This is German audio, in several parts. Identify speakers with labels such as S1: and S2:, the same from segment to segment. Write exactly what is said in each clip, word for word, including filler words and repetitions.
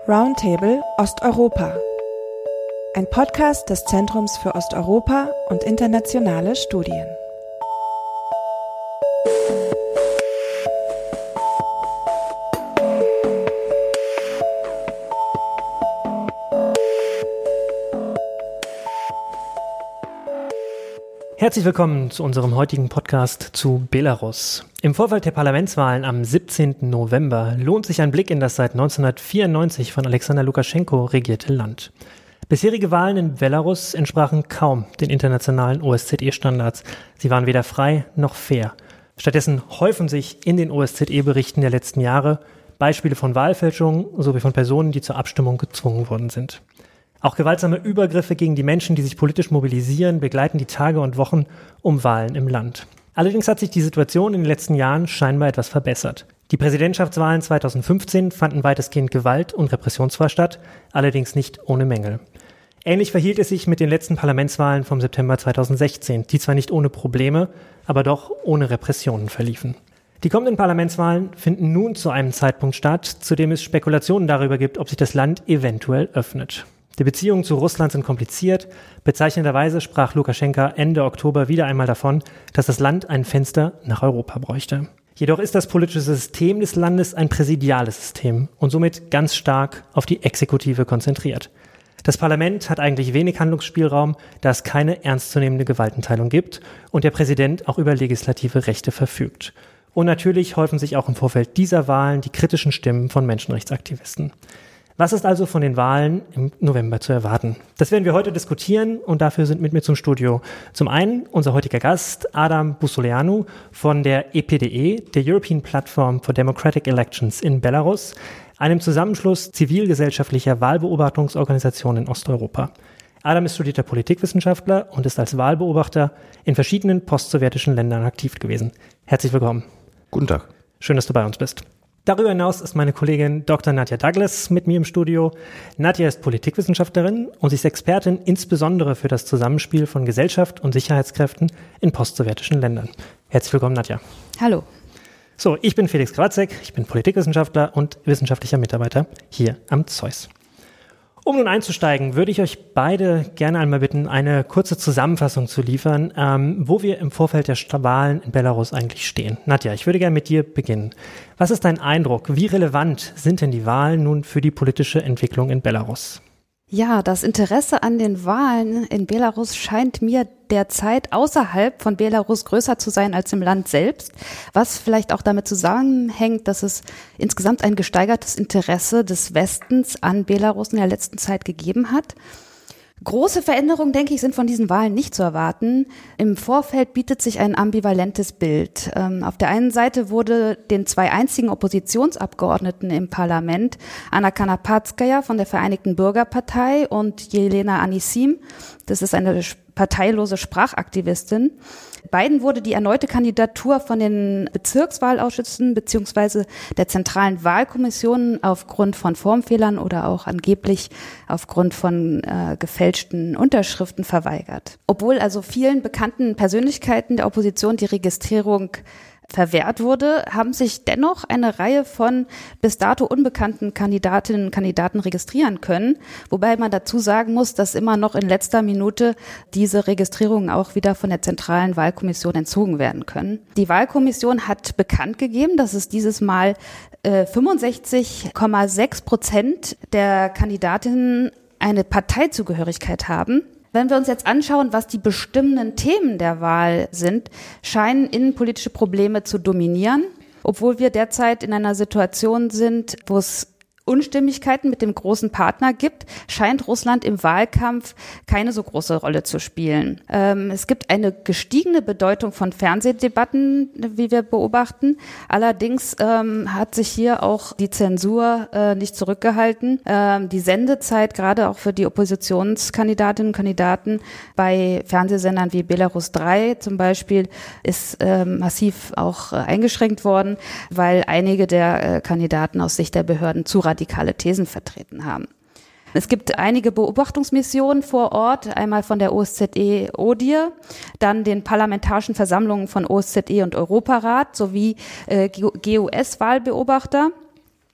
S1: Roundtable Osteuropa. Ein Podcast des Zentrums für Osteuropa und internationale Studien.
S2: Herzlich willkommen zu unserem heutigen Podcast zu Belarus. Im Vorfeld der Parlamentswahlen am siebzehnten November lohnt sich ein Blick in das seit neunzehnhundertvierundneunzig von Alexander Lukaschenko regierte Land. Bisherige Wahlen in Belarus entsprachen kaum den internationalen O S Z E-Standards. Sie waren weder frei noch fair. Stattdessen häufen sich in den O S Z E-Berichten der letzten Jahre Beispiele von Wahlfälschungen sowie von Personen, die zur Abstimmung gezwungen worden sind. Auch gewaltsame Übergriffe gegen die Menschen, die sich politisch mobilisieren, begleiten die Tage und Wochen um Wahlen im Land. Allerdings hat sich die Situation in den letzten Jahren scheinbar etwas verbessert. Die Präsidentschaftswahlen zweitausendfünfzehn fanden weitestgehend gewalt- und repressionsfrei statt, allerdings nicht ohne Mängel. Ähnlich verhielt es sich mit den letzten Parlamentswahlen vom September zweitausendsechzehn, die zwar nicht ohne Probleme, aber doch ohne Repressionen verliefen. Die kommenden Parlamentswahlen finden nun zu einem Zeitpunkt statt, zu dem es Spekulationen darüber gibt, ob sich das Land eventuell öffnet. Die Beziehungen zu Russland sind kompliziert. Bezeichnenderweise sprach Lukaschenka Ende Oktober wieder einmal davon, dass das Land ein Fenster nach Europa bräuchte. Jedoch ist das politische System des Landes ein präsidiales System und somit ganz stark auf die Exekutive konzentriert. Das Parlament hat eigentlich wenig Handlungsspielraum, da es keine ernstzunehmende Gewaltenteilung gibt und der Präsident auch über legislative Rechte verfügt. Und natürlich häufen sich auch im Vorfeld dieser Wahlen die kritischen Stimmen von Menschenrechtsaktivisten. Was ist also von den Wahlen im November zu erwarten? Das werden wir heute diskutieren und dafür sind mit mir zum Studio zum einen unser heutiger Gast Adam Busoleanu von der E P D E, der European Platform for Democratic Elections in Belarus, einem Zusammenschluss zivilgesellschaftlicher Wahlbeobachtungsorganisationen in Osteuropa. Adam ist studierter Politikwissenschaftler und ist als Wahlbeobachter in verschiedenen postsowjetischen Ländern aktiv gewesen. Herzlich willkommen.
S3: Guten Tag.
S2: Schön, dass du bei uns bist. Darüber hinaus ist meine Kollegin Doktor Nadja Douglas mit mir im Studio. Nadja ist Politikwissenschaftlerin und sie ist Expertin insbesondere für das Zusammenspiel von Gesellschaft und Sicherheitskräften in postsowjetischen Ländern. Herzlich willkommen, Nadja.
S4: Hallo.
S2: So, ich bin Felix Krawatzek, ich bin Politikwissenschaftler und wissenschaftlicher Mitarbeiter hier am Z E U S. Um nun einzusteigen, würde ich euch beide gerne einmal bitten, eine kurze Zusammenfassung zu liefern, ähm, wo wir im Vorfeld der Wahlen in Belarus eigentlich stehen. Nadja, ich würde gerne mit dir beginnen. Was ist dein Eindruck? Wie relevant sind denn die Wahlen nun für die politische Entwicklung in Belarus?
S4: Ja, das Interesse an den Wahlen in Belarus scheint mir derzeit außerhalb von Belarus größer zu sein als im Land selbst, was vielleicht auch damit zusammenhängt, dass es insgesamt ein gesteigertes Interesse des Westens an Belarus in der letzten Zeit gegeben hat. Große Veränderungen, denke ich, sind von diesen Wahlen nicht zu erwarten. Im Vorfeld bietet sich ein ambivalentes Bild. Ähm, auf der einen Seite wurde den zwei einzigen Oppositionsabgeordneten im Parlament, Anna Kanapatskaya von der Vereinigten Bürgerpartei und Jelena Anisim, das ist eine parteilose Sprachaktivistin. Beiden wurde die erneute Kandidatur von den Bezirkswahlausschüssen beziehungsweise der zentralen Wahlkommission aufgrund von Formfehlern oder auch angeblich aufgrund von äh, gefälschten Unterschriften verweigert. Obwohl also vielen bekannten Persönlichkeiten der Opposition die Registrierung verwehrt wurde, haben sich dennoch eine Reihe von bis dato unbekannten Kandidatinnen und Kandidaten registrieren können, wobei man dazu sagen muss, dass immer noch in letzter Minute diese Registrierungen auch wieder von der zentralen Wahlkommission entzogen werden können. Die Wahlkommission hat bekannt gegeben, dass es dieses Mal äh, fünfundsechzig Komma sechs Prozent der Kandidatinnen eine Parteizugehörigkeit haben. Wenn wir uns jetzt anschauen, was die bestimmenden Themen der Wahl sind, scheinen innenpolitische Probleme zu dominieren, obwohl wir derzeit in einer Situation sind, wo es Unstimmigkeiten mit dem großen Partner gibt, scheint Russland im Wahlkampf keine so große Rolle zu spielen. Ähm, es gibt eine gestiegene Bedeutung von Fernsehdebatten, wie wir beobachten. Allerdings ähm, hat sich hier auch die Zensur äh, nicht zurückgehalten. Ähm, die Sendezeit, gerade auch für die Oppositionskandidatinnen und Kandidaten bei Fernsehsendern wie Belarus drei zum Beispiel, ist äh, massiv auch äh, eingeschränkt worden, weil einige der äh, Kandidaten aus Sicht der Behörden zu radikale Thesen vertreten haben. Es gibt einige Beobachtungsmissionen vor Ort, einmal von der O S Z E O D I R, dann den parlamentarischen Versammlungen von O S Z E und Europarat sowie äh, G U S-Wahlbeobachter.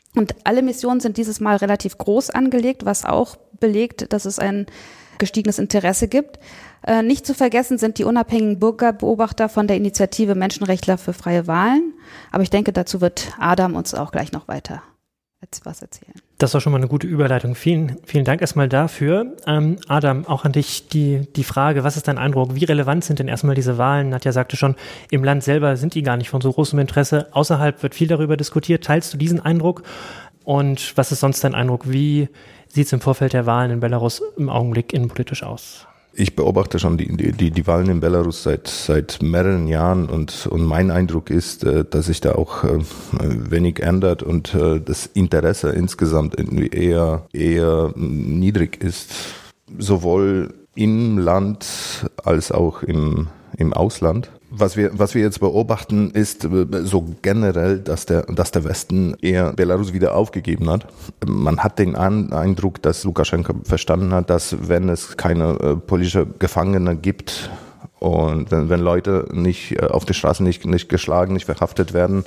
S4: Und alle Missionen sind dieses Mal relativ groß angelegt, was auch belegt, dass es ein gestiegenes Interesse gibt. Äh, nicht zu vergessen sind die unabhängigen Bürgerbeobachter von der Initiative Menschenrechtler für freie Wahlen. Aber ich denke, dazu wird Adam uns auch gleich noch weiter was erzählen.
S2: Das war schon mal eine gute Überleitung. Vielen, vielen Dank erstmal dafür. Ähm, Adam, auch an dich die, die Frage, was ist dein Eindruck? Wie relevant sind denn erstmal diese Wahlen? Nadja sagte schon, im Land selber sind die gar nicht von so großem Interesse. Außerhalb wird viel darüber diskutiert. Teilst du diesen Eindruck? Und was ist sonst dein Eindruck? Wie sieht es im Vorfeld der Wahlen in Belarus im Augenblick innenpolitisch aus?
S3: Ich beobachte schon die, die, die Wahlen in Belarus seit, seit mehreren Jahren und, und mein Eindruck ist, dass sich da auch wenig ändert und das Interesse insgesamt irgendwie eher, eher niedrig ist, sowohl im Land als auch im, im Ausland. Was wir, was wir jetzt beobachten, ist so generell, dass der, dass der Westen eher Belarus wieder aufgegeben hat. Man hat den Eindruck, dass Lukaschenko verstanden hat, dass wenn es keine äh, politische Gefangene gibt und wenn, wenn Leute nicht äh, auf der Straße nicht, nicht geschlagen, nicht verhaftet werden,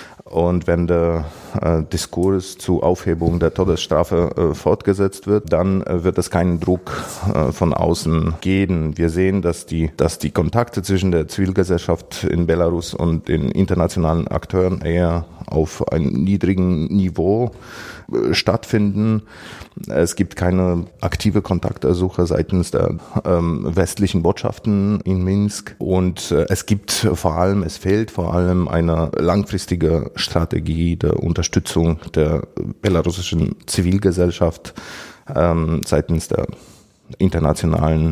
S3: und wenn der äh, Diskurs zur Aufhebung der Todesstrafe äh, fortgesetzt wird, dann äh, wird es keinen Druck äh, von außen geben. Wir sehen, dass die, dass die Kontakte zwischen der Zivilgesellschaft in Belarus und den internationalen Akteuren eher auf einem niedrigen Niveau äh, stattfinden. Es gibt keine aktive Kontaktersuche seitens der ähm, westlichen Botschaften in Minsk und äh, es gibt vor allem, es fehlt vor allem eine langfristige Strategie der Unterstützung der belarussischen Zivilgesellschaft ähm, seitens der internationalen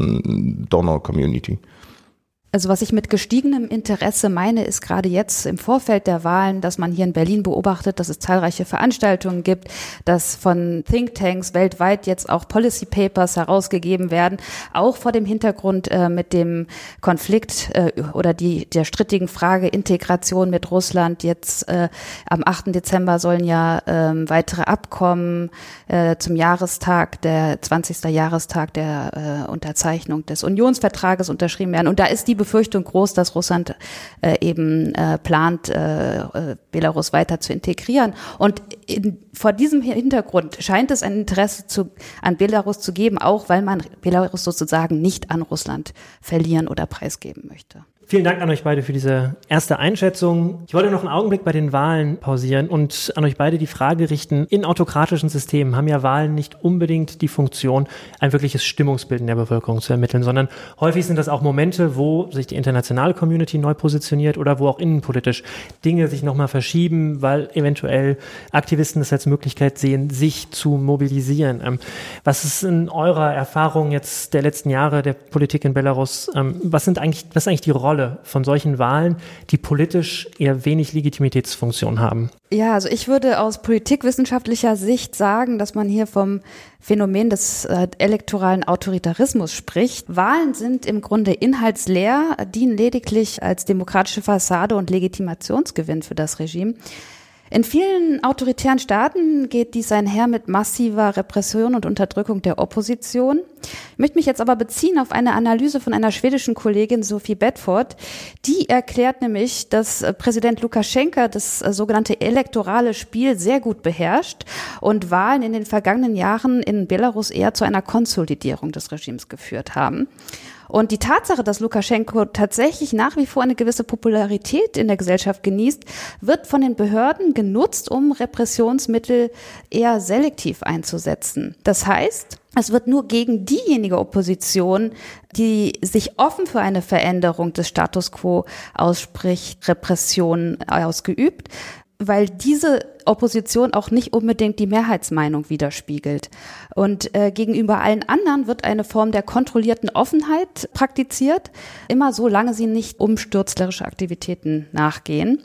S3: Donor-Community.
S4: Also was ich mit gestiegenem Interesse meine, ist gerade jetzt im Vorfeld der Wahlen, dass man hier in Berlin beobachtet, dass es zahlreiche Veranstaltungen gibt, dass von Thinktanks weltweit jetzt auch Policy Papers herausgegeben werden, auch vor dem Hintergrund äh, mit dem Konflikt äh, oder die der strittigen Frage Integration mit Russland. Jetzt äh, am achten Dezember sollen ja äh, weitere Abkommen äh, zum Jahrestag, der zwanzigsten Jahrestag der äh, Unterzeichnung des Unionsvertrages unterschrieben werden. Und da ist die Befürchtung groß, dass Russland äh, eben äh, plant, äh, äh, Belarus weiter zu integrieren. Und in, vor diesem Hintergrund scheint es ein Interesse zu, an Belarus zu geben, auch weil man Belarus sozusagen nicht an Russland verlieren oder preisgeben möchte.
S2: Vielen Dank an euch beide für diese erste Einschätzung. Ich wollte noch einen Augenblick bei den Wahlen pausieren und an euch beide die Frage richten, in autokratischen Systemen haben ja Wahlen nicht unbedingt die Funktion, ein wirkliches Stimmungsbild in der Bevölkerung zu ermitteln, sondern häufig sind das auch Momente, wo sich die internationale Community neu positioniert oder wo auch innenpolitisch Dinge sich nochmal verschieben, weil eventuell Aktivisten es als Möglichkeit sehen, sich zu mobilisieren. Was ist in eurer Erfahrung jetzt der letzten Jahre der Politik in Belarus, was sind eigentlich, was ist eigentlich die Rolle von solchen Wahlen, die politisch eher wenig Legitimitätsfunktion haben?
S4: Ja, also ich würde aus politikwissenschaftlicher Sicht sagen, dass man hier vom Phänomen des äh, elektoralen Autoritarismus spricht. Wahlen sind im Grunde inhaltsleer, dienen lediglich als demokratische Fassade und Legitimationsgewinn für das Regime. In vielen autoritären Staaten geht dies einher mit massiver Repression und Unterdrückung der Opposition. Ich möchte mich jetzt aber beziehen auf eine Analyse von einer schwedischen Kollegin, Sophie Bedford. Die erklärt nämlich, dass Präsident Lukaschenka das sogenannte elektorale Spiel sehr gut beherrscht und Wahlen in den vergangenen Jahren in Belarus eher zu einer Konsolidierung des Regimes geführt haben. Und die Tatsache, dass Lukaschenko tatsächlich nach wie vor eine gewisse Popularität in der Gesellschaft genießt, wird von den Behörden genutzt, um Repressionsmittel eher selektiv einzusetzen. Das heißt, es wird nur gegen diejenige Opposition, die sich offen für eine Veränderung des Status quo ausspricht, Repression ausgeübt, weil diese Opposition auch nicht unbedingt die Mehrheitsmeinung widerspiegelt. Und äh, gegenüber allen anderen wird eine Form der kontrollierten Offenheit praktiziert, immer so lange sie nicht umstürzlerische Aktivitäten nachgehen.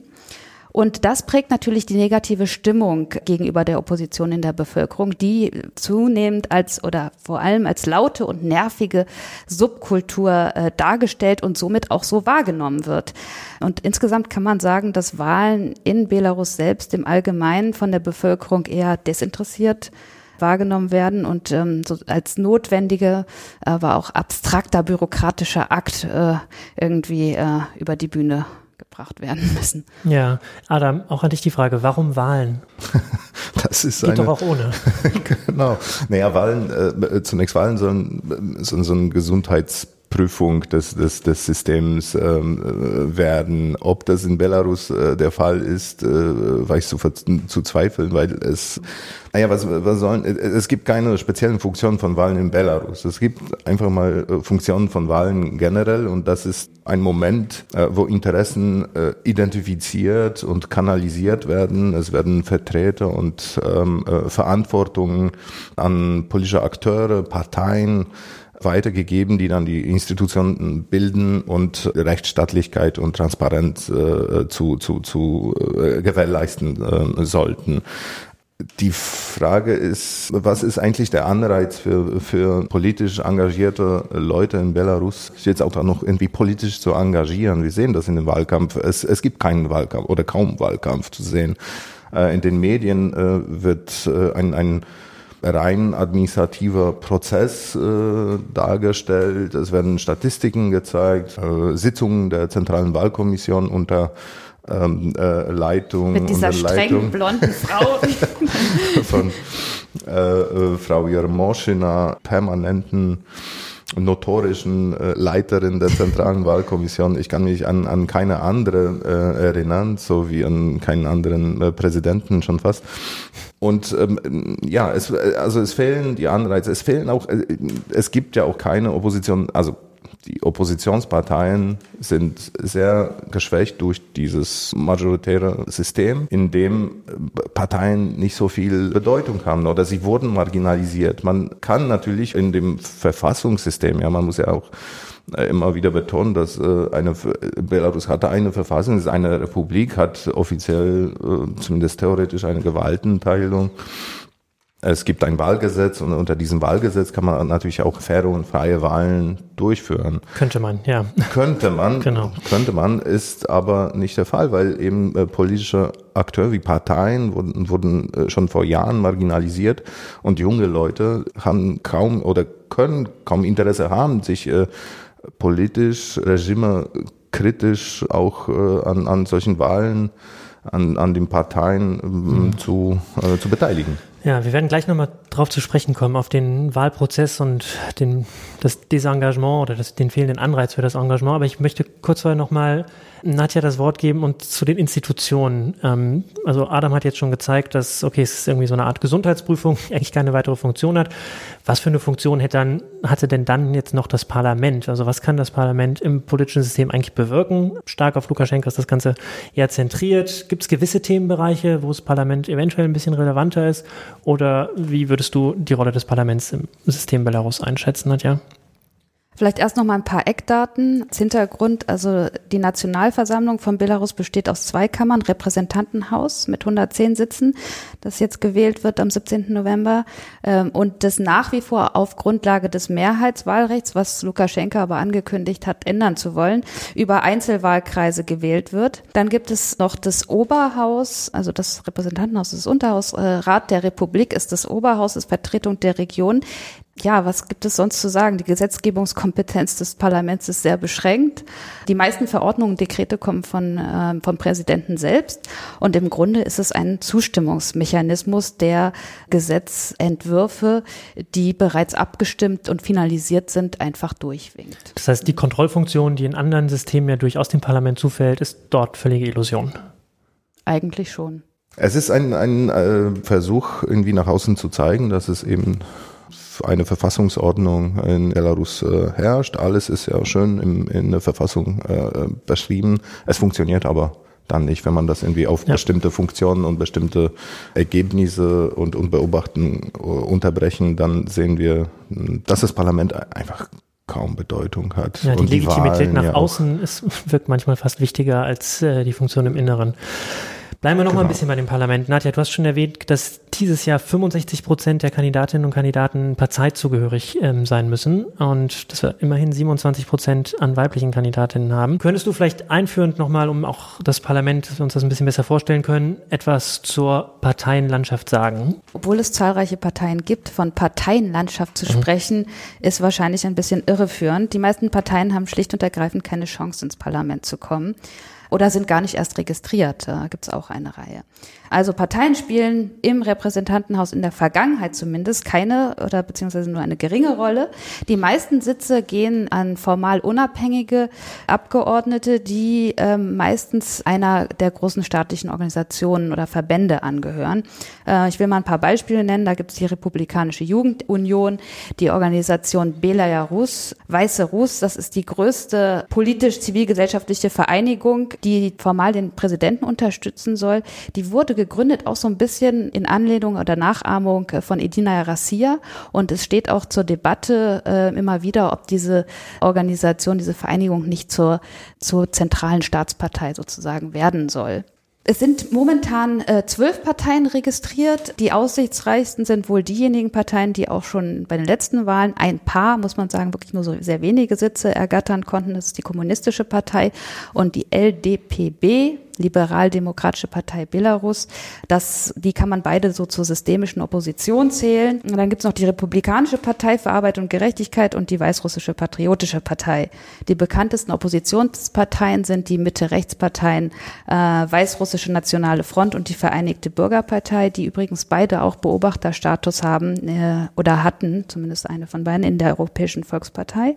S4: Und das prägt natürlich die negative Stimmung gegenüber der Opposition in der Bevölkerung, die zunehmend als oder vor allem als laute und nervige Subkultur äh, dargestellt und somit auch so wahrgenommen wird. Und insgesamt kann man sagen, dass Wahlen in Belarus selbst im Allgemeinen von der Bevölkerung eher desinteressiert wahrgenommen werden und ähm, so als notwendige, aber auch abstrakter bürokratischer Akt äh, irgendwie äh, über die Bühne gebracht werden müssen.
S2: Ja, Adam, auch an dich die Frage, warum Wahlen?
S3: das ist
S2: Geht
S3: eine,
S2: doch auch ohne.
S3: Genau. Naja, Wahlen, äh, zunächst Wahlen sollen so, so ein Gesundheits Prüfung des, des, des Systems ähm, werden. Ob das in Belarus äh, der Fall ist, äh, weiß zu, zu zweifeln, weil es, naja, was, was sollen, es gibt keine speziellen Funktionen von Wahlen in Belarus. Es gibt einfach mal Funktionen von Wahlen generell und das ist ein Moment, äh, wo Interessen äh, identifiziert und kanalisiert werden. Es werden Vertreter und ähm, äh, Verantwortungen an politische Akteure, Parteien weitergegeben, die dann die Institutionen bilden und Rechtsstaatlichkeit und Transparenz äh, zu, zu, zu äh, gewährleisten äh, sollten. Die Frage ist, was ist eigentlich der Anreiz für, für politisch engagierte Leute in Belarus, sich jetzt auch noch irgendwie politisch zu engagieren? Wir sehen das in dem Wahlkampf. Es, es gibt keinen Wahlkampf oder kaum Wahlkampf zu sehen. Äh, in den Medien äh, wird äh, ein, ein rein administrativer Prozess äh, dargestellt. Es werden Statistiken gezeigt, äh, Sitzungen der Zentralen Wahlkommission unter ähm, äh, Leitung.
S4: Mit dieser strengen blonden Frau.
S3: von äh, äh, Frau Jermoschina, permanenten notorischen äh, Leiterin der Zentralen Wahlkommission. Ich kann mich an, an keine andere äh, erinnern, so wie an keinen anderen äh, Präsidenten schon fast. Und ähm, ja, es, also es fehlen die Anreize, es fehlen auch, äh, es gibt ja auch keine Opposition, also die Oppositionsparteien sind sehr geschwächt durch dieses majoritäre System, in dem Parteien nicht so viel Bedeutung haben oder sie wurden marginalisiert. Man kann natürlich in dem Verfassungssystem, ja, man muss ja auch immer wieder betonen, dass eine Belarus hatte eine Verfassung, ist eine Republik, hat offiziell zumindest theoretisch eine Gewaltenteilung. Es gibt ein Wahlgesetz und unter diesem Wahlgesetz kann man natürlich auch faire und freie Wahlen durchführen.
S2: Könnte man, ja.
S3: Könnte man,
S2: genau.
S3: könnte man, ist aber nicht der Fall, weil eben äh, politische Akteure wie Parteien wurden, wurden äh, schon vor Jahren marginalisiert und junge Leute haben kaum oder können kaum Interesse haben, sich äh, politisch, regimekritisch auch äh, an, an solchen Wahlen, an, an den Parteien äh, mhm. zu, äh, zu beteiligen.
S2: Ja, wir werden gleich nochmal drauf zu sprechen kommen, auf den Wahlprozess und den, das Desengagement oder das, den fehlenden Anreiz für das Engagement. Aber ich möchte kurz vorher nochmal Nadja das Wort geben und zu den Institutionen. Ähm, also Adam hat jetzt schon gezeigt, dass, okay, es ist irgendwie so eine Art Gesundheitsprüfung, die eigentlich keine weitere Funktion hat. Was für eine Funktion hätte, dann, hatte denn dann jetzt noch das Parlament? Also was kann das Parlament im politischen System eigentlich bewirken? Stark auf Lukaschenka ist das Ganze eher zentriert. Gibt es gewisse Themenbereiche, wo das Parlament eventuell ein bisschen relevanter ist? Oder wie würdest du die Rolle des Parlaments im System Belarus einschätzen, Nadja?
S4: Vielleicht erst noch mal ein paar Eckdaten. Als Hintergrund, also die Nationalversammlung von Belarus besteht aus zwei Kammern, Repräsentantenhaus mit hundertzehn Sitzen, das jetzt gewählt wird am siebzehnten November und das nach wie vor auf Grundlage des Mehrheitswahlrechts, was Lukaschenka aber angekündigt hat, ändern zu wollen, über Einzelwahlkreise gewählt wird. Dann gibt es noch das Oberhaus, also das Repräsentantenhaus ist das Unterhaus, Rat der Republik ist das Oberhaus, ist Vertretung der Region. Ja, was gibt es sonst zu sagen? Die Gesetzgebungskompetenz des Parlaments ist sehr beschränkt. Die meisten Verordnungen, Dekrete kommen von, äh, vom Präsidenten selbst. Und im Grunde ist es ein Zustimmungsmechanismus, der Gesetzentwürfe, die bereits abgestimmt und finalisiert sind, einfach durchwinkt.
S2: Das heißt, die Kontrollfunktion, die in anderen Systemen ja durchaus dem Parlament zufällt, ist dort völlige Illusion.
S4: Eigentlich schon.
S3: Es ist ein, ein äh, Versuch, irgendwie nach außen zu zeigen, dass es eben eine Verfassungsordnung in Belarus äh, herrscht. Alles ist ja schön im, in der Verfassung äh, beschrieben. Es funktioniert aber dann nicht, wenn man das irgendwie auf ja. bestimmte Funktionen und bestimmte Ergebnisse und, und Beobachten äh, unterbrechen, dann sehen wir, dass das Parlament einfach kaum Bedeutung hat.
S2: Ja, die
S3: und
S2: Legitimität
S3: die Wahlen,
S2: nach
S3: ja
S2: außen ist, wirkt manchmal fast wichtiger als äh, die Funktion im Inneren. Bleiben wir noch genau. mal ein bisschen bei dem Parlament. Nadja, du hast schon erwähnt, dass dieses Jahr fünfundsechzig Prozent der Kandidatinnen und Kandidaten parteizugehörig ähm, sein müssen und dass wir immerhin siebenundzwanzig Prozent an weiblichen Kandidatinnen haben. Könntest du vielleicht einführend nochmal, um auch das Parlament, dass wir uns das ein bisschen besser vorstellen können, etwas zur Parteienlandschaft sagen?
S4: Obwohl es zahlreiche Parteien gibt, von Parteienlandschaft zu mhm. sprechen, ist wahrscheinlich ein bisschen irreführend. Die meisten Parteien haben schlicht und ergreifend keine Chance, ins Parlament zu kommen. oder sind gar nicht erst registriert. Da gibt es auch eine Reihe. Also Parteien spielen im Repräsentantenhaus in der Vergangenheit zumindest keine oder beziehungsweise nur eine geringe Rolle. Die meisten Sitze gehen an formal unabhängige Abgeordnete, die ähm, meistens einer der großen staatlichen Organisationen oder Verbände angehören. Äh, ich will mal ein paar Beispiele nennen. Da gibt es die Republikanische Jugendunion, die Organisation Belaya Rus, Weiße Rus. Das ist die größte politisch-zivilgesellschaftliche Vereinigung, die formal den Präsidenten unterstützen soll. Die wurde gegründet auch so ein bisschen in Anlehnung oder Nachahmung von Edina Rasia. Und es steht auch zur Debatte äh, immer wieder, ob diese Organisation, diese Vereinigung nicht zur, zur zentralen Staatspartei sozusagen werden soll. Es sind momentan äh, zwölf Parteien registriert. Die aussichtsreichsten sind wohl diejenigen Parteien, die auch schon bei den letzten Wahlen ein paar, muss man sagen, wirklich nur so sehr wenige Sitze ergattern konnten. Das ist die Kommunistische Partei und die L D P B, Liberal-Demokratische Partei Belarus. Das, die kann man beide so zur systemischen Opposition zählen. Und dann gibt's noch die Republikanische Partei für Arbeit und Gerechtigkeit und die Weißrussische Patriotische Partei. Die bekanntesten Oppositionsparteien sind die Mitte-Rechts-Parteien äh, Weißrussische Nationale Front und die Vereinigte Bürgerpartei, die übrigens beide auch Beobachterstatus haben äh, oder hatten, zumindest eine von beiden, in der Europäischen Volkspartei.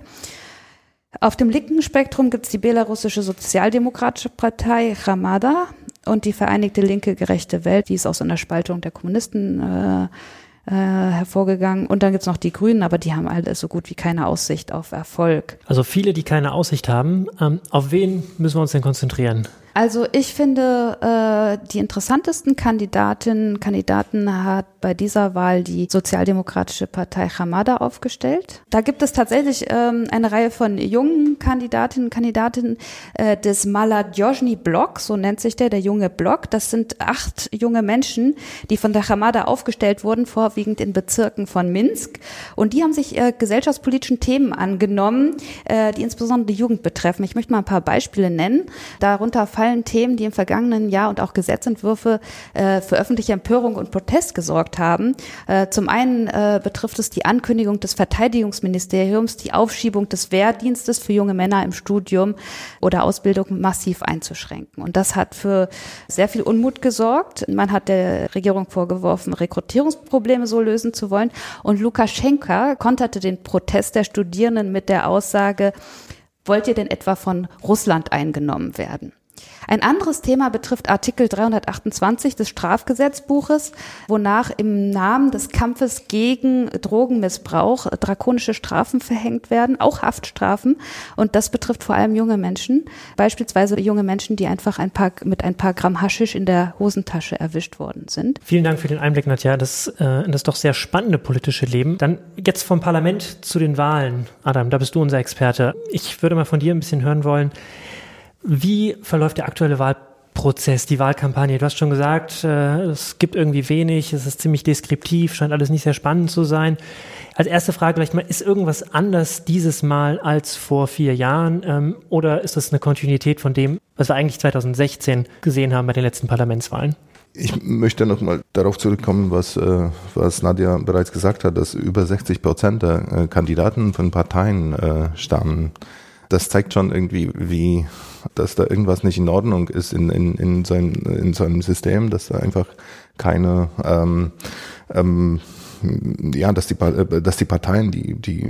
S4: Auf dem linken Spektrum gibt es die belarussische Sozialdemokratische Partei Hromada und die Vereinigte Linke Gerechte Welt, die ist aus einer Spaltung der Kommunisten äh, äh, hervorgegangen. Und dann gibt es noch die Grünen, aber die haben alle so gut wie keine Aussicht auf Erfolg.
S2: Also viele, die keine Aussicht haben. Ähm, auf wen müssen wir uns denn konzentrieren?
S4: Also ich finde, äh, die interessantesten Kandidatinnen und Kandidaten hat bei dieser Wahl die Sozialdemokratische Partei Hromada aufgestellt. Da gibt es tatsächlich ähm, eine Reihe von jungen Kandidatinnen und Kandidaten äh, des Maladjozny Block, so nennt sich der, der junge Block. Das sind acht junge Menschen, die von der Hromada aufgestellt wurden, vorwiegend in Bezirken von Minsk. Und die haben sich äh, gesellschaftspolitischen Themen angenommen, äh, die insbesondere die Jugend betreffen. Ich möchte mal ein paar Beispiele nennen. Darunter fallen Themen, die im vergangenen Jahr und auch Gesetzentwürfe äh, für öffentliche Empörung und Protest gesorgt haben. Äh, zum einen äh, betrifft es die Ankündigung des Verteidigungsministeriums, die Aufschiebung des Wehrdienstes für junge Männer im Studium oder Ausbildung massiv einzuschränken. Und das hat für sehr viel Unmut gesorgt. Man hat der Regierung vorgeworfen, Rekrutierungsprobleme so lösen zu wollen. Und Lukaschenka konterte den Protest der Studierenden mit der Aussage, wollt ihr denn etwa von Russland eingenommen werden? Ein anderes Thema betrifft Artikel dreihundertachtundzwanzig des Strafgesetzbuches, wonach im Namen des Kampfes gegen Drogenmissbrauch drakonische Strafen verhängt werden, auch Haftstrafen. Und das betrifft vor allem junge Menschen, beispielsweise junge Menschen, die einfach ein paar, mit ein paar Gramm Haschisch in der Hosentasche erwischt worden sind.
S2: Vielen Dank für den Einblick, Nadja. Das, äh, das doch sehr spannende politische Leben. Dann jetzt vom Parlament zu den Wahlen. Adam, da bist du unser Experte. Ich würde mal von dir ein bisschen hören wollen, wie verläuft der aktuelle Wahlprozess, die Wahlkampagne? Du hast schon gesagt, äh, es gibt irgendwie wenig, es ist ziemlich deskriptiv, scheint alles nicht sehr spannend zu sein. Als erste Frage vielleicht mal, ist irgendwas anders dieses Mal als vor vier Jahren ähm, oder ist das eine Kontinuität von dem, was wir eigentlich zweitausendsechzehn gesehen haben bei den letzten Parlamentswahlen?
S3: Ich möchte nochmal darauf zurückkommen, was, äh, was Nadja bereits gesagt hat, dass über sechzig Prozent der äh, Kandidaten von Parteien äh, stammen. Das zeigt schon irgendwie, wie, dass da irgendwas nicht in Ordnung ist in, in, in, seinem, in seinem System, dass da einfach keine, ähm, ähm, ja, dass die, dass die Parteien die, die,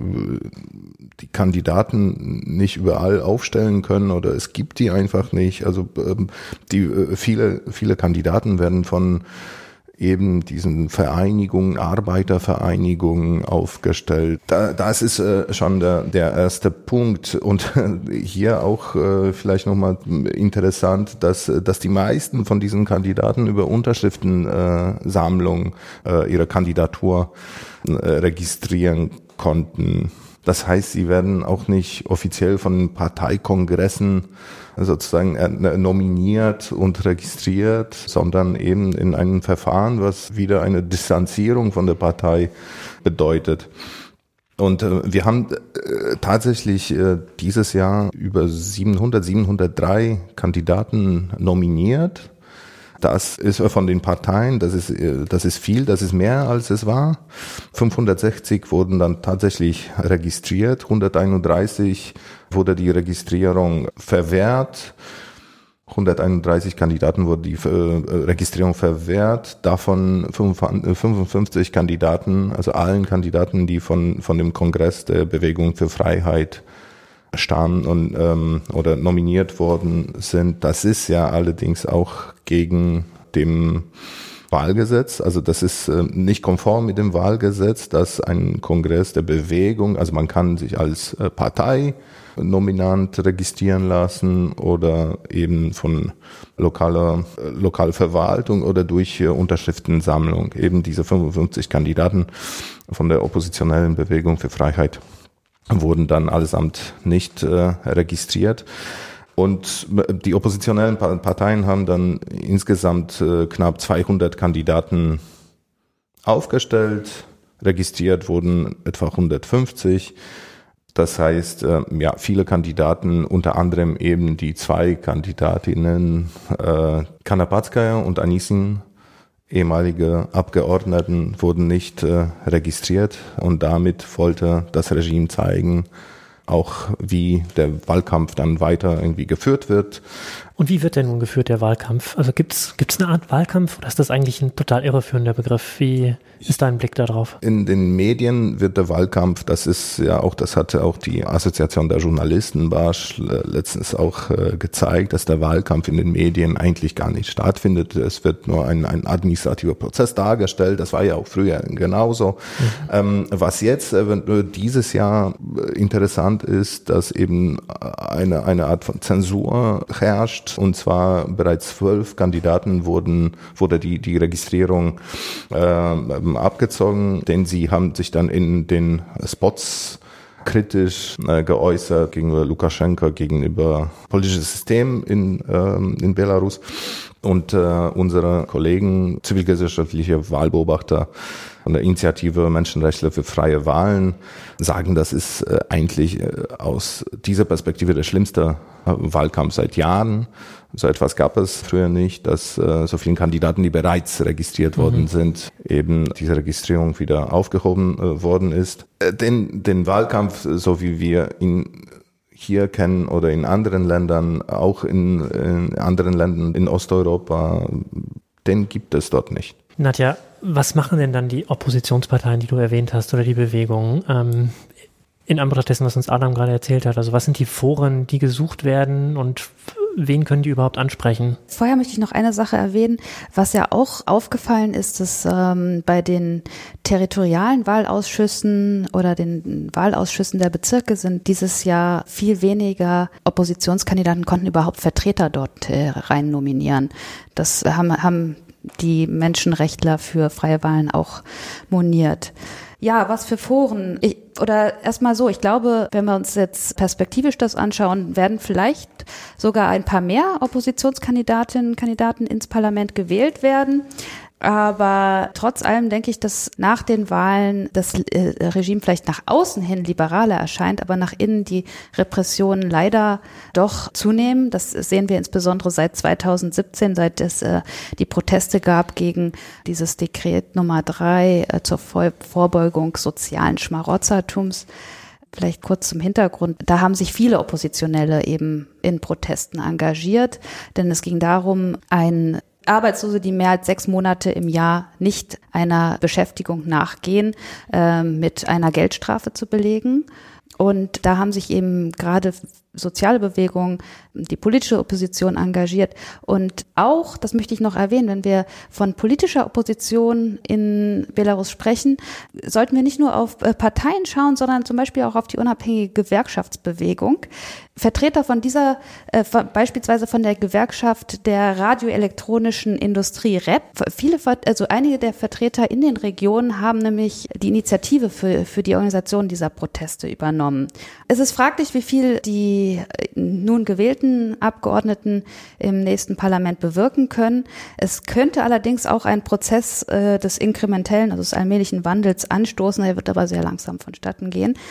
S3: die Kandidaten nicht überall aufstellen können oder es gibt die einfach nicht. Also ähm, die viele, viele Kandidaten werden von eben diesen Vereinigungen, Arbeitervereinigungen aufgestellt. Da, das ist äh, schon der, der erste Punkt. Und äh, hier auch äh, vielleicht nochmal interessant, dass, dass die meisten von diesen Kandidaten über Unterschriftensammlung äh, ihre Kandidatur äh, registrieren konnten. Das heißt, sie werden auch nicht offiziell von Parteikongressen sozusagen nominiert und registriert, sondern eben in einem Verfahren, was wieder eine Distanzierung von der Partei bedeutet. Und äh, wir haben äh, tatsächlich äh, dieses Jahr über siebenhundert, siebenhundertdrei Kandidaten nominiert. Das ist von den Parteien, das ist, das ist viel, das ist mehr als es war. fünfhundertsechzig wurden dann tatsächlich registriert, hunderteinunddreißig wurde die Registrierung verwehrt. hunderteinunddreißig Kandidaten wurde die äh, Registrierung verwehrt, davon fünfundfünfzig Kandidaten, also allen Kandidaten, die von von dem Kongress der Bewegung für Freiheit stammen und ähm, oder nominiert worden sind. Das ist ja allerdings auch gegen dem Wahlgesetz, also das ist äh, nicht konform mit dem Wahlgesetz, dass ein Kongress der Bewegung, also man kann sich als äh, Partei Nominant registrieren lassen oder eben von lokaler äh, Lokalverwaltung oder durch äh, Unterschriftensammlung. Eben diese fünfundfünfzig Kandidaten von der oppositionellen Bewegung für Freiheit wurden dann allesamt nicht äh, registriert. Und die oppositionellen Parteien haben dann insgesamt äh, knapp zweihundert Kandidaten aufgestellt. Registriert wurden etwa hundertfünfzig. Das heißt, äh, ja, viele Kandidaten, unter anderem eben die zwei Kandidatinnen, äh, Kanapatskaya und Anisin, ehemalige Abgeordneten, wurden nicht äh, registriert. Und damit wollte das Regime zeigen, auch wie der Wahlkampf dann weiter irgendwie geführt wird.
S2: Und wie wird denn nun geführt, der Wahlkampf? Also gibt's gibt's eine Art Wahlkampf oder ist das eigentlich ein total irreführender Begriff? Wie ist dein Blick darauf?
S3: In den Medien wird der Wahlkampf, das ist ja auch, das hatte auch die Assoziation der Journalisten Barsch letztens auch äh, gezeigt, dass der Wahlkampf in den Medien eigentlich gar nicht stattfindet. Es wird nur ein, ein administrativer Prozess dargestellt. Das war ja auch früher genauso. Mhm. Ähm, was jetzt äh, dieses Jahr interessant ist, dass eben eine, eine Art von Zensur herrscht. Und zwar bereits zwölf Kandidaten wurden, wurde die, die Registrierung äh, abgezogen, denn sie haben sich dann in den Spots kritisch äh, geäußert gegenüber Lukaschenka, gegenüber politisches System in, ähm, in Belarus. Und äh, unsere Kollegen, zivilgesellschaftliche Wahlbeobachter von der Initiative Menschenrechte für freie Wahlen sagen, das ist äh, eigentlich äh, aus dieser Perspektive der schlimmste äh, Wahlkampf seit Jahren. So etwas gab es früher nicht, dass äh, so vielen Kandidaten, die bereits registriert mhm. worden sind, eben diese Registrierung wieder aufgehoben äh, worden ist. Äh, den, den Wahlkampf, so wie wir ihn hier kennen oder in anderen Ländern, auch in, in anderen Ländern in Osteuropa, den gibt es dort nicht.
S2: Nadja, was machen denn dann die Oppositionsparteien, die du erwähnt hast, oder die Bewegungen, ähm, in Anbetracht dessen, was uns Adam gerade erzählt hat? Also was sind die Foren, die gesucht werden und wen können die überhaupt ansprechen?
S4: Vorher möchte ich noch eine Sache erwähnen, was ja auch aufgefallen ist, dass ähm, bei den territorialen Wahlausschüssen oder den Wahlausschüssen der Bezirke sind dieses Jahr viel weniger Oppositionskandidaten konnten überhaupt Vertreter dort äh, rein nominieren. Das haben, haben die Menschenrechtler für freie Wahlen auch moniert. Ja, was für Foren? Ich, oder erstmal so, ich glaube, wenn wir uns jetzt perspektivisch das anschauen, werden vielleicht sogar ein paar mehr Oppositionskandidatinnen und Kandidaten ins Parlament gewählt werden. Aber trotz allem denke ich, dass nach den Wahlen das äh, Regime vielleicht nach außen hin liberaler erscheint, aber nach innen die Repressionen leider doch zunehmen. Das sehen wir insbesondere seit zweitausendsiebzehn, seit es äh, die Proteste gab gegen dieses Dekret Nummer drei äh, zur Vor- Vorbeugung sozialen Schmarotzertums. Vielleicht kurz zum Hintergrund. Da haben sich viele Oppositionelle eben in Protesten engagiert, denn es ging darum, ein Arbeitslose, die mehr als sechs Monate im Jahr nicht einer Beschäftigung nachgehen, äh, mit einer Geldstrafe zu belegen. Und da haben sich eben gerade soziale Bewegungen, die politische Opposition engagiert. Und auch, das möchte ich noch erwähnen, wenn wir von politischer Opposition in Belarus sprechen, sollten wir nicht nur auf Parteien schauen, sondern zum Beispiel auch auf die unabhängige Gewerkschaftsbewegung. Vertreter von dieser, äh, von, beispielsweise von der Gewerkschaft der radioelektronischen Industrie R E P, viele, also einige der Vertreter in den Regionen haben nämlich die Initiative für, für die Organisation dieser Proteste übernommen. Es ist fraglich, wie viel die nun gewählten Abgeordneten im nächsten Parlament bewirken können. Es könnte allerdings auch einen Prozess äh, des inkrementellen, also des allmählichen Wandels anstoßen, der wird aber sehr langsam vonstatten gehen.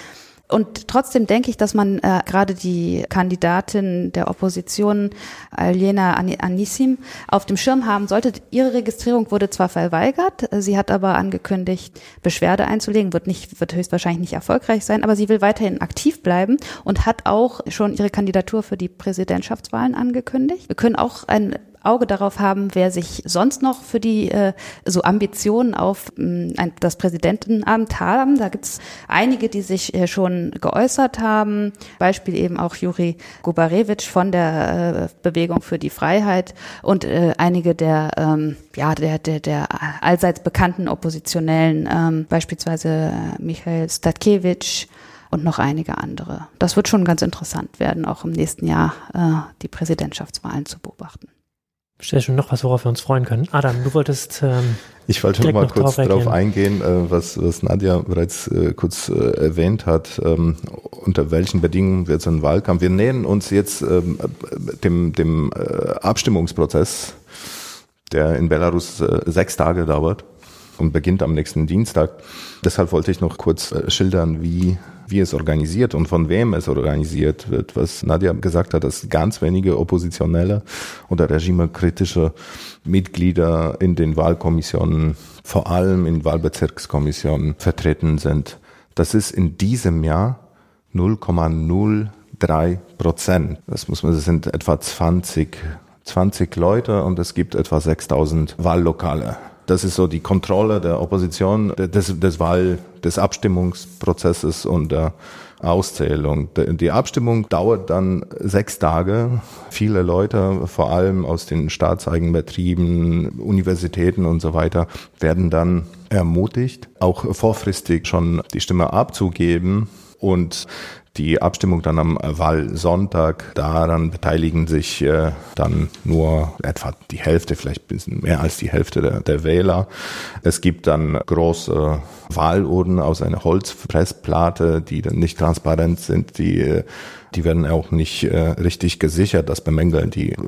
S4: Und trotzdem denke ich, dass man äh, gerade die Kandidatin der Opposition, Aljena Anisim, auf dem Schirm haben sollte. Ihre Registrierung wurde zwar verweigert, sie hat aber angekündigt, Beschwerde einzulegen, wird nicht, wird höchstwahrscheinlich nicht erfolgreich sein, aber sie will weiterhin aktiv bleiben und hat auch schon ihre Kandidatur für die Präsidentschaftswahlen angekündigt. Wir können auch ein Auge darauf haben, wer sich sonst noch für die äh, so Ambitionen auf mh, ein, das Präsidentenamt haben. Da gibt es einige, die sich äh, schon geäußert haben. Beispiel eben auch Juri Gubarewitsch von der äh, Bewegung für die Freiheit und äh, einige der ähm, ja der der der allseits bekannten Oppositionellen, ähm, beispielsweise äh, Michael Statkevich und noch einige andere. Das wird schon ganz interessant werden, auch im nächsten Jahr äh, die Präsidentschaftswahlen zu beobachten.
S2: Stell schon noch was, worauf wir uns freuen können. Adam, du wolltest ähm,
S3: Ich wollte noch mal kurz darauf eingehen, äh, was, was Nadja bereits äh, kurz äh, erwähnt hat, ähm, unter welchen Bedingungen wird so ein Wahlkampf. Wir nähern uns jetzt ähm, dem, dem äh, Abstimmungsprozess, der in Belarus äh, sechs Tage dauert und beginnt am nächsten Dienstag. Deshalb wollte ich noch kurz äh, schildern, wie wie es organisiert und von wem es organisiert wird. Was Nadja gesagt hat, dass ganz wenige oppositionelle oder regimekritische Mitglieder in den Wahlkommissionen, vor allem in Wahlbezirkskommissionen, vertreten sind. Das ist in diesem Jahr null Komma null drei Prozent. Das muss man, das sind etwa zwanzig, zwanzig Leute und es gibt etwa sechstausend Wahllokale. Das ist so die Kontrolle der Opposition, des, des Wahl, des Abstimmungsprozesses und der Auszählung. Die Abstimmung dauert dann sechs Tage. Viele Leute, vor allem aus den Staatseigenbetrieben, Universitäten und so weiter, werden dann ermutigt, auch vorfristig schon die Stimme abzugeben. Und die Abstimmung dann am Wahlsonntag, daran beteiligen sich äh, dann nur etwa die Hälfte, vielleicht ein bisschen mehr als die Hälfte der, der Wähler. Es gibt dann große Wahlurnen aus einer Holzpressplatte, die dann nicht transparent sind, die die werden auch nicht äh, richtig gesichert. Das bemängeln die äh,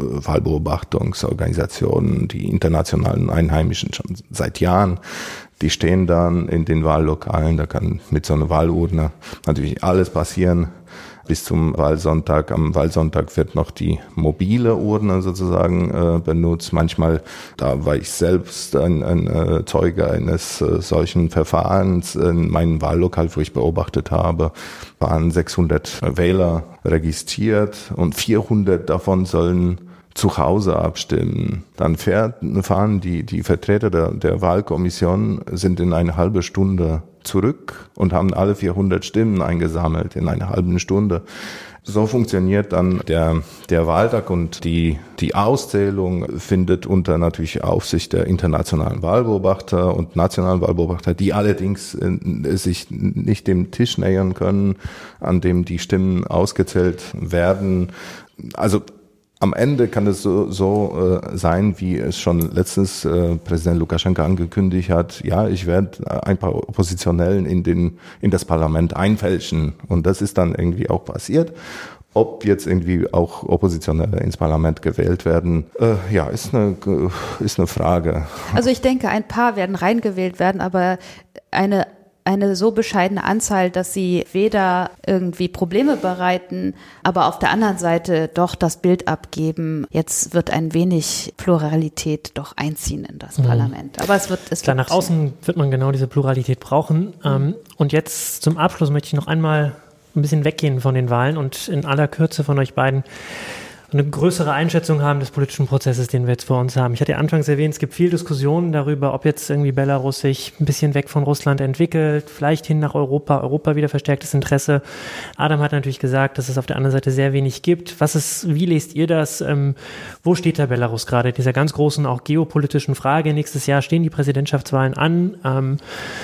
S3: Wahlbeobachtungsorganisationen, die internationalen Einheimischen schon seit Jahren. Die stehen dann in den Wahllokalen, da kann mit so einer Wahlurne natürlich alles passieren bis zum Wahlsonntag. Am Wahlsonntag wird noch die mobile Urne sozusagen äh, benutzt. Manchmal, da war ich selbst ein, ein äh, Zeuge eines äh, solchen Verfahrens in meinem Wahllokal, wo ich beobachtet habe, waren sechshundert Wähler registriert und vierhundert davon sollen zu Hause abstimmen. Dann fährt, fahren die, die Vertreter der, der Wahlkommission, sind in eine halbe Stunde zurück und haben alle vierhundert Stimmen eingesammelt in einer halben Stunde. So funktioniert dann der, der Wahltag und die, die Auszählung findet unter natürlich Aufsicht der internationalen Wahlbeobachter und nationalen Wahlbeobachter, die allerdings äh, sich nicht dem Tisch nähern können, an dem die Stimmen ausgezählt werden. Also am Ende kann es so, so äh, sein, wie es schon letztens äh, Präsident Lukaschenka angekündigt hat. Ja, ich werde ein paar Oppositionellen in den in das Parlament einfälschen. Und das ist dann irgendwie auch passiert. Ob jetzt irgendwie auch Oppositionelle ins Parlament gewählt werden, äh, ja, ist eine ist eine Frage.
S4: Also ich denke, ein paar werden reingewählt werden, aber eine eine so bescheidene Anzahl, dass sie weder irgendwie Probleme bereiten, aber auf der anderen Seite doch das Bild abgeben, jetzt wird ein wenig Pluralität doch einziehen in das mhm. Parlament. Aber es wird es
S2: Klar,
S4: wird
S2: nach außen wird man genau diese Pluralität brauchen. Mhm. Und jetzt zum Abschluss möchte ich noch einmal ein bisschen weggehen von den Wahlen und in aller Kürze von euch beiden eine größere Einschätzung haben des politischen Prozesses, den wir jetzt vor uns haben. Ich hatte ja anfangs erwähnt, es gibt viel Diskussionen darüber, ob jetzt irgendwie Belarus sich ein bisschen weg von Russland entwickelt, vielleicht hin nach Europa, Europa wieder verstärktes Interesse. Adam hat natürlich gesagt, dass es auf der anderen Seite sehr wenig gibt. Was ist, wie lest ihr das? Ähm, wo steht der Belarus gerade? Dieser ganz großen, auch geopolitischen Frage. Nächstes Jahr stehen die Präsidentschaftswahlen an. Ähm,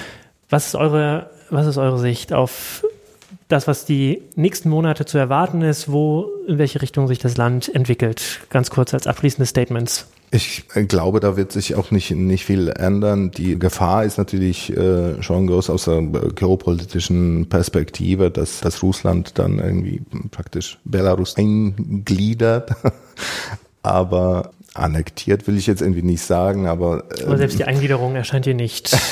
S2: was ist eure, was ist eure Sicht auf das, was die nächsten Monate zu erwarten ist, wo, in welche Richtung sich das Land entwickelt? Ganz kurz als abschließende Statements.
S3: Ich glaube, da wird sich auch nicht, nicht viel ändern. Die Gefahr ist natürlich äh, schon groß aus der geopolitischen Perspektive, dass, dass Russland dann irgendwie praktisch Belarus eingliedert. Aber annektiert will ich jetzt irgendwie nicht sagen, aber...
S2: Ähm, aber selbst die Eingliederung erscheint dir nicht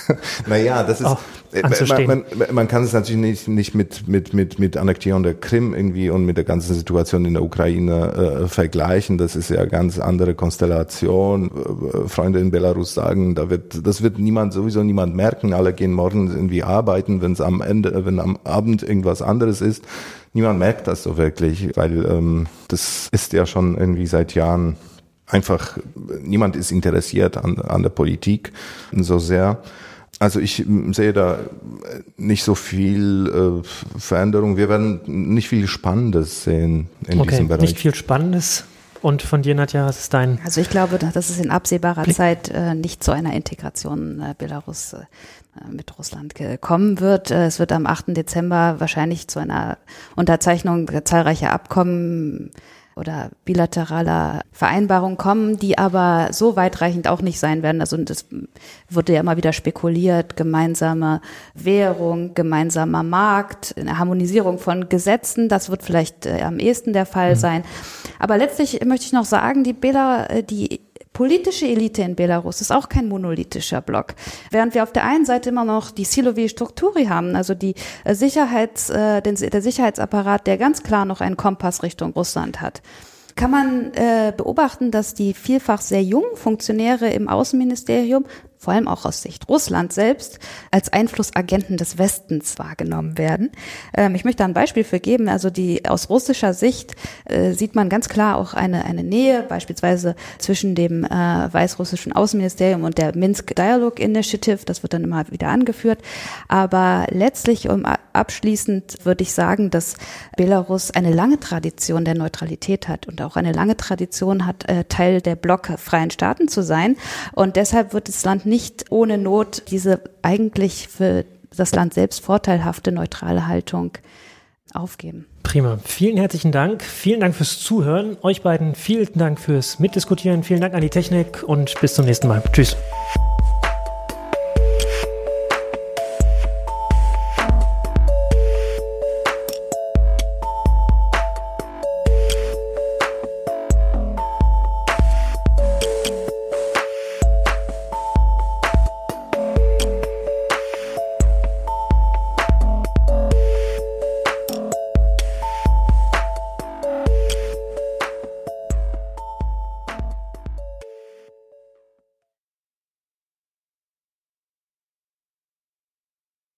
S3: Naja, das ist,
S2: auch
S3: man, man, man kann es natürlich nicht, nicht mit, mit, mit, mit Annexion der Krim irgendwie und mit der ganzen Situation in der Ukraine äh, vergleichen. Das ist ja eine ganz andere Konstellation. Freunde in Belarus sagen, da wird, das wird niemand, sowieso niemand merken. Alle gehen morgen irgendwie arbeiten, wenn es am Ende, wenn am Abend irgendwas anderes ist. Niemand merkt das so wirklich, weil ähm, das ist ja schon irgendwie seit Jahren einfach, niemand ist interessiert an, an der Politik so sehr. Also ich sehe da nicht so viel äh, Veränderung. Wir werden nicht viel Spannendes sehen in
S2: okay,
S3: diesem Bereich.
S2: Nicht viel Spannendes. Und von dir, Nadja, was ist dein...
S4: Also ich glaube, dass es in absehbarer Zeit äh, nicht zu einer Integration äh, Belarus äh, mit Russland kommen wird. Äh, es wird am achten Dezember wahrscheinlich zu einer Unterzeichnung zahlreicher Abkommen oder bilateraler Vereinbarungen kommen, die aber so weitreichend auch nicht sein werden. Also das wurde ja immer wieder spekuliert, gemeinsame Währung, gemeinsamer Markt, eine Harmonisierung von Gesetzen, das wird vielleicht äh, am ehesten der Fall mhm. sein. Aber letztlich möchte ich noch sagen, die Bela, die politische Elite in Belarus ist auch kein monolithischer Block. Während wir auf der einen Seite immer noch die Silovi Strukturi haben, also die Sicherheits, äh, den, der Sicherheitsapparat, der ganz klar noch einen Kompass Richtung Russland hat, kann man äh, beobachten, dass die vielfach sehr jungen Funktionäre im Außenministerium, vor allem auch aus Sicht Russland selbst, als Einflussagenten des Westens wahrgenommen werden. Ähm, ich möchte da ein Beispiel für geben. Also die aus russischer Sicht äh, sieht man ganz klar auch eine eine Nähe, beispielsweise zwischen dem äh, weißrussischen Außenministerium und der Minsk Dialogue Initiative. Das wird dann immer wieder angeführt. Aber letztlich, um abschließend würde ich sagen, dass Belarus eine lange Tradition der Neutralität hat und auch eine lange Tradition hat, äh, Teil der blockfreien Staaten zu sein. Und deshalb wird das Land nicht ohne Not diese eigentlich für das Land selbst vorteilhafte neutrale Haltung aufgeben.
S2: Prima. Vielen herzlichen Dank. Vielen Dank fürs Zuhören. Euch beiden vielen Dank fürs Mitdiskutieren. Vielen Dank an die Technik und bis zum nächsten Mal. Tschüss.